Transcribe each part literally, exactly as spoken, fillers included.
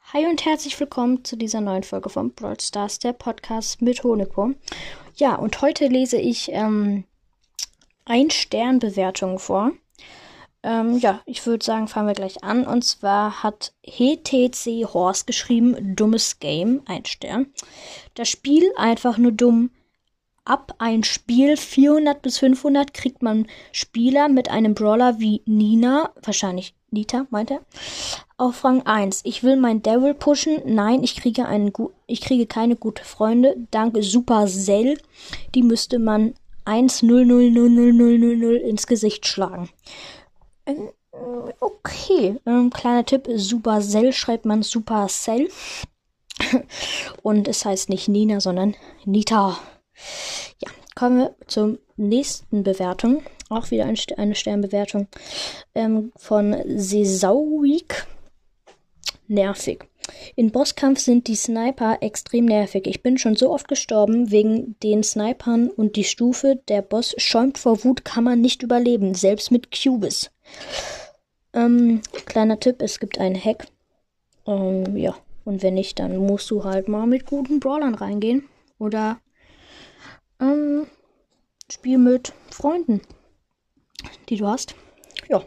Hi und herzlich willkommen zu dieser neuen Folge von Brawl Stars, der Podcast mit Honigpo. Ja, und heute lese ich ähm, Ein-Stern-Bewertungen vor. Ähm, ja, ich würde sagen, fangen wir gleich an. Und zwar hat H T C Horse geschrieben, dummes Game, ein Stern. Das Spiel einfach nur dumm. Ab ein Spiel vierhundert bis fünfhundert kriegt man Spieler mit einem Brawler wie Nina, wahrscheinlich Nita, meint er, auf Rang eins. Ich will mein Devil pushen. Nein, ich kriege, einen gu- ich kriege keine gute Freunde. Dank Supercell. Die müsste man eins null null null null null null null ins Gesicht schlagen. Ähm, okay, ähm, kleiner Tipp. Supercell schreibt man Supercell. Und es heißt nicht Nina, sondern Nita. Ja, kommen wir zur nächsten Bewertung. Auch wieder ein, eine Sternbewertung ähm, von Sesauik. Nervig. In Bosskampf sind die Sniper extrem nervig. Ich bin schon so oft gestorben wegen den Snipern und die Stufe, der Boss schäumt vor Wut, kann man nicht überleben, selbst mit Cubes. Ähm, kleiner Tipp, es gibt einen Hack. Ähm, ja, und wenn nicht, dann musst du halt mal mit guten Brawlern reingehen. Oder ähm, Spiel mit Freunden, die du hast. Ja.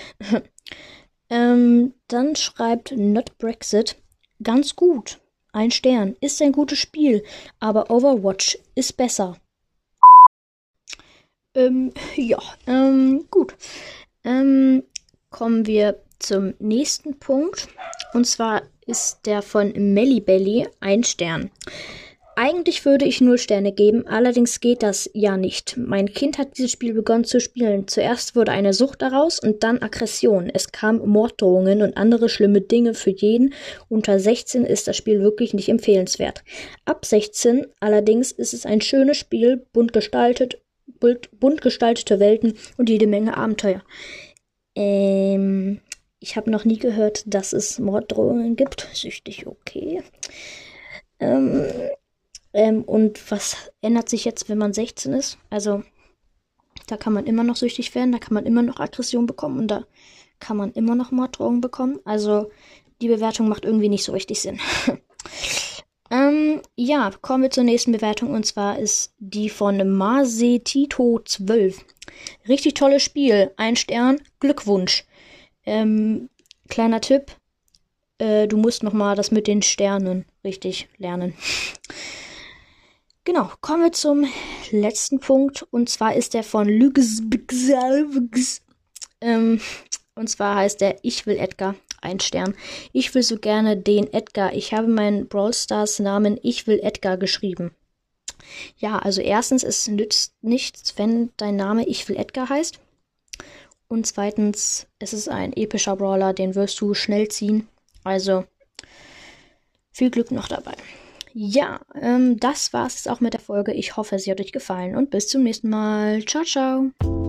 ähm, dann schreibt Not Brexit, ganz gut. Ein Stern. Ist ein gutes Spiel, aber Overwatch ist besser. Ähm, ja, ähm, gut. Ähm, kommen wir zum nächsten Punkt. Und zwar ist der von Mellibelly ein Stern. Eigentlich würde ich null Sterne geben, allerdings geht das ja nicht. Mein Kind hat dieses Spiel begonnen zu spielen. Zuerst wurde eine Sucht daraus und dann Aggression. Es kamen Morddrohungen und andere schlimme Dinge für jeden. Unter sechzehn ist das Spiel wirklich nicht empfehlenswert. Ab sechzehn allerdings ist es ein schönes Spiel, bunt gestaltet, bunt, bunt gestaltete Welten und jede Menge Abenteuer. Ähm, ich habe noch nie gehört, dass es Morddrohungen gibt. Süchtig, okay. Ähm... Ähm, und was ändert sich jetzt, wenn man sechzehn ist? Also, da kann man immer noch süchtig werden, da kann man immer noch Aggression bekommen und da kann man immer noch Morddrohungen bekommen. Also, die Bewertung macht irgendwie nicht so richtig Sinn. ähm, ja, kommen wir zur nächsten Bewertung und zwar ist die von Masetito zwölf. Richtig tolles Spiel, ein Stern, Glückwunsch. Ähm, kleiner Tipp, äh, du musst nochmal das mit den Sternen richtig lernen. Genau, kommen wir zum letzten Punkt. Und zwar ist der von Lügs. Ähm, und zwar heißt der Ich will Edgar, ein Stern. Ich will so gerne den Edgar. Ich habe meinen Brawl Stars Namen Ich will Edgar geschrieben. Ja, also erstens, es nützt nichts, wenn dein Name Ich will Edgar heißt. Und zweitens, es ist ein epischer Brawler, den wirst du schnell ziehen. Also, viel Glück noch dabei. Ja, ähm, das war's jetzt auch mit der Folge. Ich hoffe, sie hat euch gefallen und bis zum nächsten Mal. Ciao, ciao.